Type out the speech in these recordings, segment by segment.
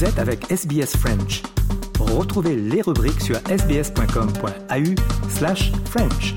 Vous êtes avec SBS French. Retrouvez les rubriques sur sbs.com.au/French.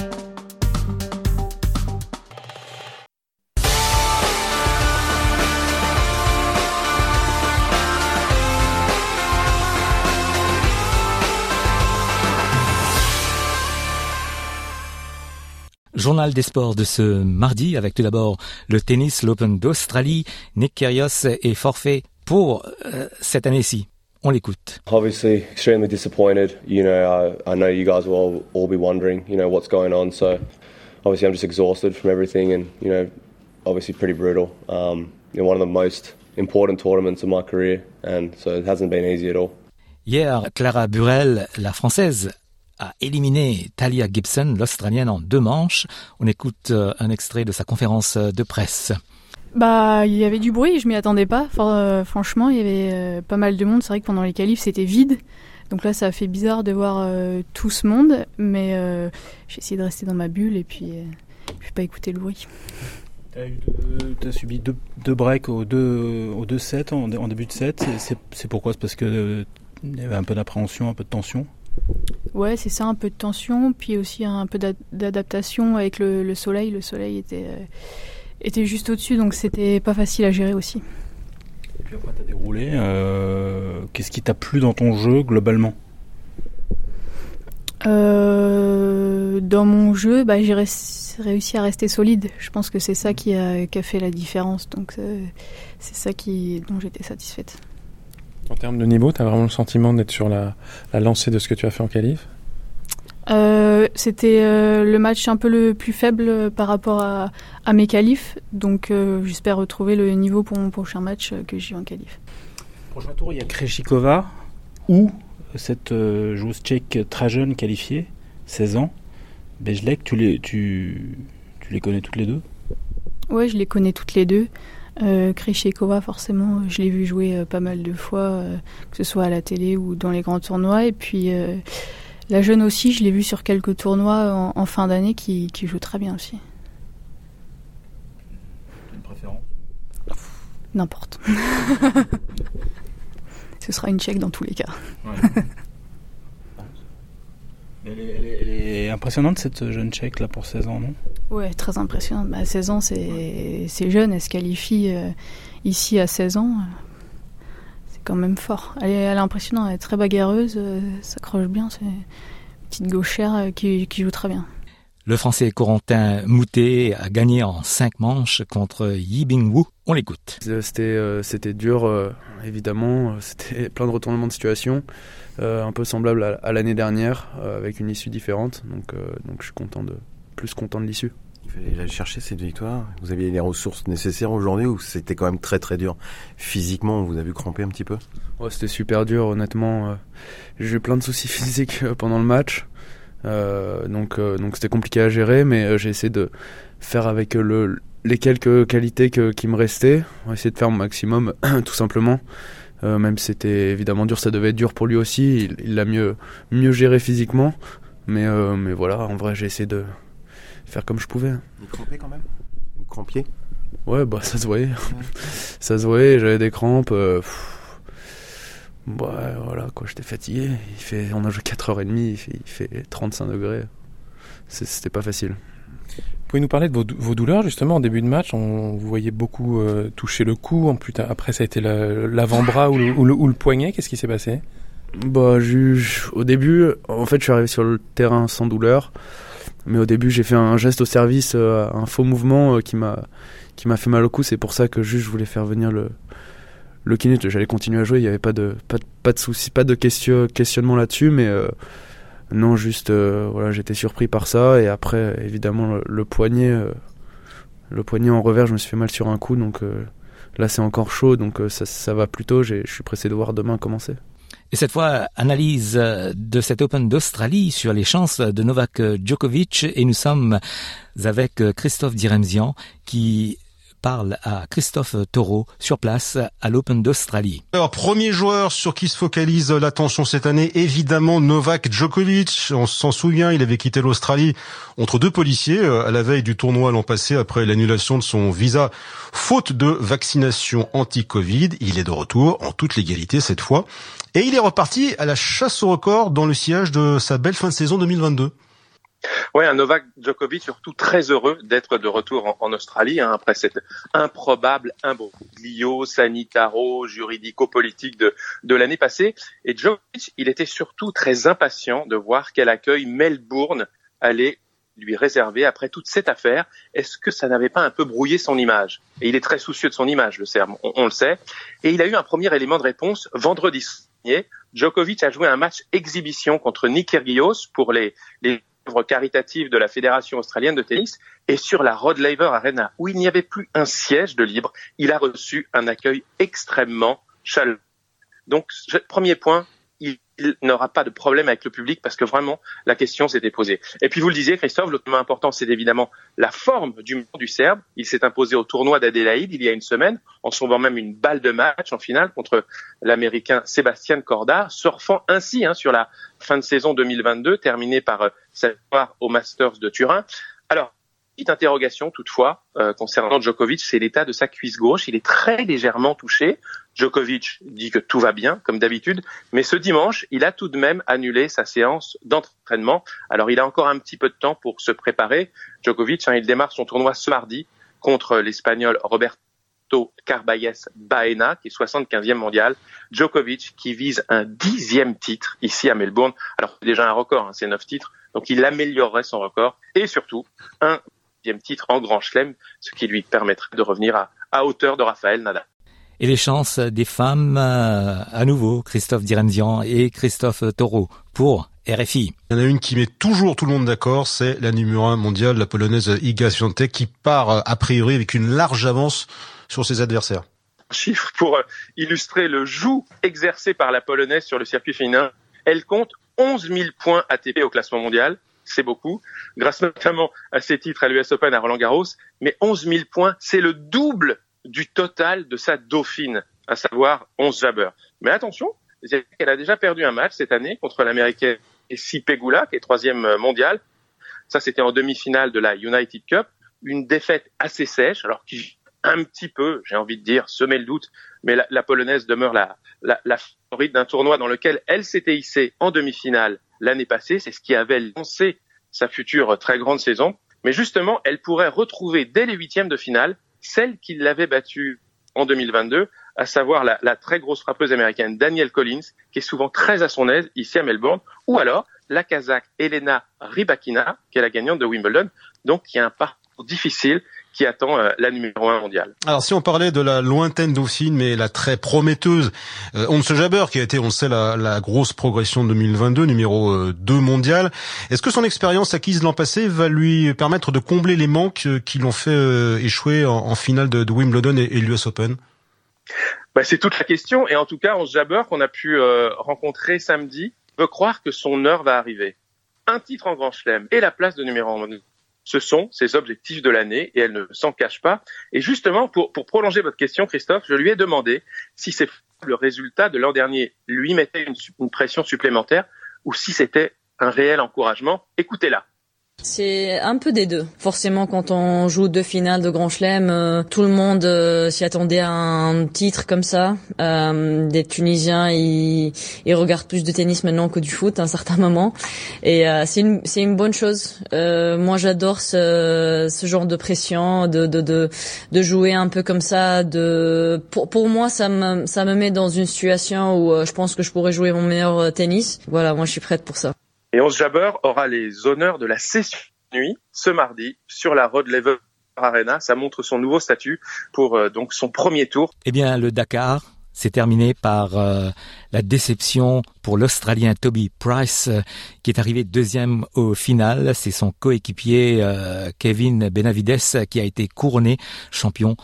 Journal des sports de ce mardi avec tout d'abord le tennis, l'Open d'Australie. Nick Kyrgios est forfait pour cette année-ci. On l'écoute. Obviously, extremely disappointed. I know you guys will all be wondering, what's going on. So, obviously, I'm just exhausted from everything, and obviously, pretty brutal. One of the most important tournaments of my career, and so it hasn't been easy at all. Hier, Clara Burel, la Française, a éliminé Thalia Gibson, l'Australienne, en 2 manches. On écoute un extrait de sa conférence de presse. Il y avait du bruit, je m'y attendais pas. Franchement, il y avait pas mal de monde. C'est vrai que pendant les qualifs, c'était vide. Donc là, ça a fait bizarre de voir tout ce monde. Mais j'ai essayé de rester dans ma bulle et puis pas écouter le bruit. T'as subi deux breaks aux deux sets, en début de set. C'est pourquoi ? C'est parce qu'il y avait un peu d'appréhension, un peu de tension ? Ouais, c'est ça, un peu de tension. Puis aussi un peu d'adaptation avec le soleil. Le soleil était juste au-dessus, donc c'était pas facile à gérer aussi. Et puis après, t'as déroulé. Qu'est-ce qui t'a plu dans ton jeu, globalement ? Dans mon jeu, j'ai réussi à rester solide. Je pense que c'est ça qui a fait la différence. Donc c'est ça dont j'étais satisfaite. En termes de niveau, t'as vraiment le sentiment d'être sur la lancée de ce que tu as fait en qualif ? C'était le match un peu le plus faible par rapport à mes qualifs, donc j'espère retrouver le niveau pour mon prochain match que j'ai en qualif. Prochain tour, il y a Krejcikova ou cette joueuse tchèque très jeune qualifiée, 16 ans, Bejlek. Tu les connais toutes les deux ? Ouais, je les connais toutes les deux. Krejcikova, forcément, je l'ai vu jouer pas mal de fois, que ce soit à la télé ou dans les grands tournois, et puis la jeune aussi, je l'ai vue sur quelques tournois en fin d'année qui joue très bien aussi. Une préférence ? N'importe. Ce sera une Tchèque dans tous les cas. Ouais. Elle est impressionnante, cette jeune Tchèque là pour 16 ans, non ? Ouais, très impressionnante. 16 ans, c'est jeune. Elle se qualifie ici à 16 ans. C'est quand même fort. Elle est impressionnante, elle est très bagarreuse, s'accroche bien. C'est une petite gauchère qui joue très bien. Le Français Corentin Moutet a gagné en 5 manches contre Yibing Wu. On l'écoute. C'était dur, évidemment. C'était plein de retournements de situation, un peu semblable à l'année dernière, avec une issue différente. Donc je suis plus content de l'issue. Il fallait aller chercher cette victoire. Vous aviez les ressources nécessaires aujourd'hui ou c'était quand même très très dur ? Physiquement, on vous a vu cramper un petit peu ? Ouais, c'était super dur, honnêtement. J'ai eu plein de soucis physiques pendant le match. Donc c'était compliqué à gérer, mais j'ai essayé de faire avec les quelques qualités qui me restaient. On va essayer de faire mon maximum, tout simplement. Même si c'était évidemment dur, ça devait être dur pour lui aussi. Il l'a mieux géré physiquement. Mais voilà, en vrai, j'ai essayé de faire comme je pouvais. Il crampait quand même ? Vous crampiez ? Ouais, ça se voyait. Ça se voyait, j'avais des crampes. Voilà, quoi, j'étais fatigué. On a joué 4h30, il fait 35 degrés. C'était pas facile. Pouvez-vous nous parler de vos douleurs, justement, en début de match ? Vous voyez beaucoup toucher le cou. Après, ça a été l'avant-bras ou le poignet. Qu'est-ce qui s'est passé ? Au début, en fait, je suis arrivé sur le terrain sans douleur. Mais au début, j'ai fait un geste au service, un faux mouvement qui m'a fait mal au cou. C'est pour ça que je voulais faire venir le kiné. J'allais continuer à jouer, il n'y avait pas de souci, pas de questionnement là-dessus, mais non, juste voilà, j'étais surpris par ça. Et après, évidemment, le poignet en revers, je me suis fait mal sur un coup, donc là c'est encore chaud, donc ça va plutôt. Je suis pressé de voir demain commencer. Et cette fois, analyse de cet Open d'Australie sur les chances de Novak Djokovic. Et nous sommes avec Christophe Diremzian qui parle à Christophe Taureau sur place à l'Open d'Australie. Alors, premier joueur sur qui se focalise l'attention cette année, évidemment Novak Djokovic. On s'en souvient, il avait quitté l'Australie entre deux policiers à la veille du tournoi l'an passé après l'annulation de son visa faute de vaccination anti-Covid. Il est de retour en toute légalité cette fois. Et il est reparti à la chasse au record dans le sillage de sa belle fin de saison 2022. Ouais, un Novak Djokovic surtout très heureux d'être de retour en Australie après cet improbable imbroglio sanitaro-juridico-politique de l'année passée. Et Djokovic, il était surtout très impatient de voir quel accueil Melbourne allait lui réserver après toute cette affaire. Est-ce que ça n'avait pas un peu brouillé son image? Et il est très soucieux de son image, le Serbe, on le sait. Et il a eu un premier élément de réponse vendredi dernier. Djokovic a joué un match exhibition contre Nick Kyrgios pour les œuvre caritative de la Fédération australienne de tennis, et sur la Rod Laver Arena, où il n'y avait plus un siège de libre, il a reçu un accueil extrêmement chaleureux. Donc, premier point, il n'aura pas de problème avec le public parce que vraiment, la question s'était posée. Et puis, vous le disiez, Christophe, l'autre point important, c'est évidemment la forme du Serbe. Il s'est imposé au tournoi d'Adélaïde il y a une semaine, en sauvant même une balle de match en finale contre l'Américain Sebastian Korda, surfant ainsi sur la fin de saison 2022, terminée par sa victoire au Masters de Turin. Alors, petite interrogation toutefois concernant Djokovic, c'est l'état de sa cuisse gauche. Il est très légèrement touché. Djokovic dit que tout va bien, comme d'habitude, mais ce dimanche, il a tout de même annulé sa séance d'entraînement. Alors, il a encore un petit peu de temps pour se préparer. Djokovic, il démarre son tournoi ce mardi contre l'Espagnol Roberto Carballes Baena, qui est 75e mondial. Djokovic, qui vise un 10e titre ici à Melbourne. Alors, c'est déjà un record, c'est 9 titres. Donc, il améliorerait son record. Et surtout, un 10e titre en Grand Chelem, ce qui lui permettrait de revenir à hauteur de Rafael Nadal. Et les chances des femmes, à nouveau, Christophe Direnzian et Christophe Taureau pour RFI. Il y en a une qui met toujours tout le monde d'accord, c'est la numéro 1 mondiale, la polonaise Iga Świątek, qui part a priori avec une large avance sur ses adversaires. Chiffre pour illustrer le joug exercé par la polonaise sur le circuit féminin. Elle compte 11 000 points ATP au classement mondial. C'est beaucoup, grâce notamment à ses titres à l'US Open à Roland-Garros. Mais 11 000 points, c'est le double du total de sa dauphine, à savoir Ons Jabeur. Mais attention, elle a déjà perdu un match cette année contre l'Américaine Essie Pegula, qui est 3e mondiale. Ça, c'était en demi-finale de la United Cup. Une défaite assez sèche, alors qui un petit peu, j'ai envie de dire, semait le doute, mais la Polonaise demeure la favorite d'un tournoi dans lequel elle s'était hissée en demi-finale l'année passée. C'est ce qui avait lancé sa future très grande saison. Mais justement, elle pourrait retrouver dès les 8e de finale celle qui l'avait battue en 2022, à savoir la très grosse frappeuse américaine Danielle Collins, qui est souvent très à son aise ici à Melbourne, ou alors la Kazakh Elena Rybakina, qui est la gagnante de Wimbledon. Donc, il y a un parcours difficile qui attend la numéro 1 mondiale. Alors, si on parlait de la lointaine dauphine, mais la très prometteuse Ons Jabeur, qui a été, on le sait, la grosse progression de 2022, numéro 2 mondial, est-ce que son expérience acquise l'an passé va lui permettre de combler les manques qui l'ont fait échouer en finale de Wimbledon et l'US Open? C'est toute la question, et en tout cas, Ons Jabeur, qu'on a pu rencontrer samedi, veut croire que son heure va arriver. Un titre en Grand Chelem et la place de numéro 1 mondial. Ce sont ses objectifs de l'année et elle ne s'en cache pas. Et justement, pour prolonger votre question, Christophe, je lui ai demandé si le résultat de l'an dernier lui mettait une pression supplémentaire ou si c'était un réel encouragement. Écoutez-la. C'est un peu des deux. Forcément, quand on joue 2 finales de Grand Chelem, tout le monde s'y attendait à un titre comme ça. Des Tunisiens, ils regardent plus de tennis maintenant que du foot à un certain moment. Et c'est une bonne chose. Moi, j'adore ce genre de pression, de jouer un peu comme ça. Pour moi, ça me met dans une situation où je pense que je pourrais jouer mon meilleur tennis. Voilà, moi, je suis prête pour ça. Et Ons Jabeur aura les honneurs de la session de nuit ce mardi sur la Rod Laver Arena. Ça montre son nouveau statut pour donc son premier tour. Eh bien, le Dakar s'est terminé par la déception pour l'Australien Toby Price qui est arrivé 2e au final. C'est son coéquipier Kevin Benavides qui a été couronné champion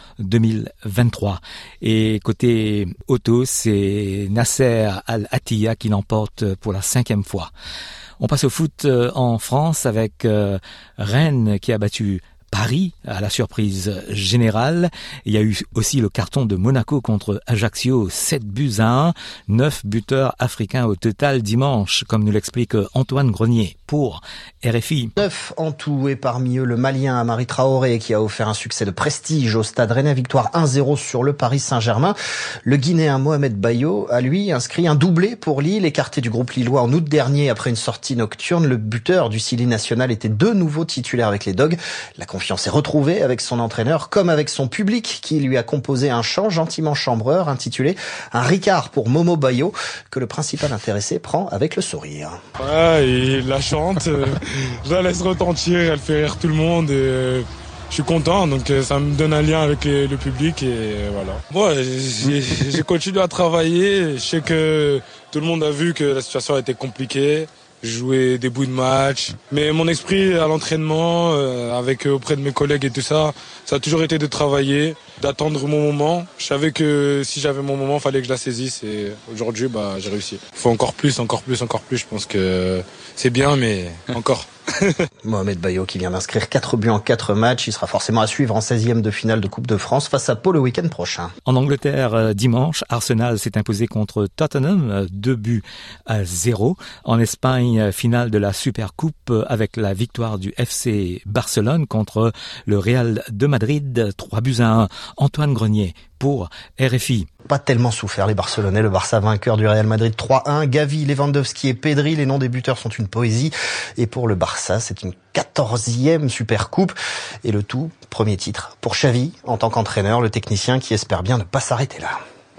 2023. Et côté auto, c'est Nasser Al-Attiyah qui l'emporte pour la 5e fois. On passe au foot en France avec Rennes qui a battu Paris, à la surprise générale. Il y a eu aussi le carton de Monaco contre Ajaccio, 7-1, 9 buteurs africains au total dimanche, comme nous l'explique Antoine Grenier pour RFI. 9 en tout, et parmi eux le Malien Amari Traoré qui a offert un succès de prestige au Stade Rennais, victoire 1-0 sur le Paris Saint-Germain. Le Guinéen Mohamed Bayo a lui inscrit un doublé pour Lille, écarté du groupe lillois en août dernier après une sortie nocturne. Le buteur du Sili national était de nouveau titulaire avec les Dogs. La confiance est retrouvée avec son entraîneur comme avec son public qui lui a composé un chant gentiment chambreur intitulé Un Ricard pour Momo Bayo que le principal intéressé prend avec le sourire. Ouais, il la chante, je la laisse retentir, elle fait rire tout le monde et je suis content, donc ça me donne un lien avec le public et voilà. Moi, j'ai continué à travailler, je sais que tout le monde a vu que la situation était compliquée. Jouer des bouts de match, mais mon esprit à l'entraînement, auprès de mes collègues et tout ça, ça a toujours été de travailler, d'attendre mon moment. Je savais que si j'avais mon moment, fallait que je la saisisse et aujourd'hui, j'ai réussi. Faut encore plus. Je pense que c'est bien, mais encore. Mohamed Bayo qui vient d'inscrire 4 buts en 4 matchs. Il sera forcément à suivre en 16e de finale de Coupe de France face à Pau le week-end prochain. En Angleterre, dimanche, Arsenal s'est imposé contre Tottenham, 2-0. En Espagne, finale de la Super Coupe avec la victoire du FC Barcelone contre le Real de Madrid, 3-1. Antoine Grenier pour RFI. Pas tellement souffert les Barcelonais, le Barça vainqueur du Real Madrid 3-1. Gavi, Lewandowski et Pedri, les noms des buteurs sont une poésie. Et pour le Barça, c'est une 14e Supercoupe. Et le tout, premier titre pour Xavi en tant qu'entraîneur, le technicien qui espère bien ne pas s'arrêter là.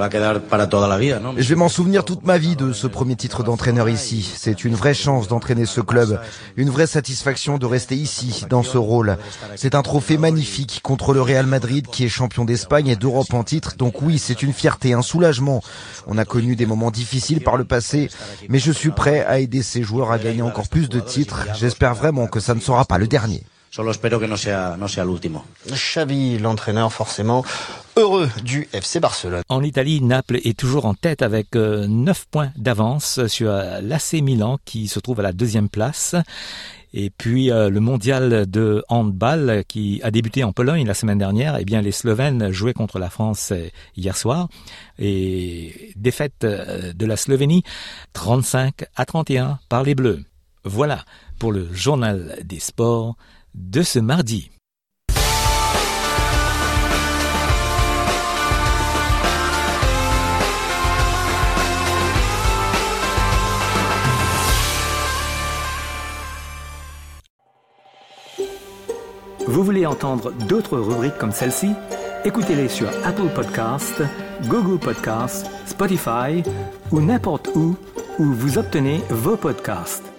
Je vais m'en souvenir toute ma vie de ce premier titre d'entraîneur ici. C'est une vraie chance d'entraîner ce club, une vraie satisfaction de rester ici, dans ce rôle. C'est un trophée magnifique contre le Real Madrid qui est champion d'Espagne et d'Europe en titre. Donc oui, c'est une fierté, un soulagement. On a connu des moments difficiles par le passé, mais je suis prêt à aider ces joueurs à gagner encore plus de titres. J'espère vraiment que ça ne sera pas le dernier. Solo espero que no sea l'ultimo. Xavi, l'entraîneur forcément heureux du FC Barcelone. En Italie, Naples est toujours en tête avec 9 points d'avance sur l'AC Milan qui se trouve à la 2e place. Et puis le mondial de handball qui a débuté en Pologne la semaine dernière, eh bien les Slovènes jouaient contre la France hier soir et défaite de la Slovénie 35-31 par les Bleus. Voilà pour le journal des sports de ce mardi. Vous voulez entendre d'autres rubriques comme celle-ci? Écoutez-les sur Apple Podcasts, Google Podcasts, Spotify ou n'importe où vous obtenez vos podcasts.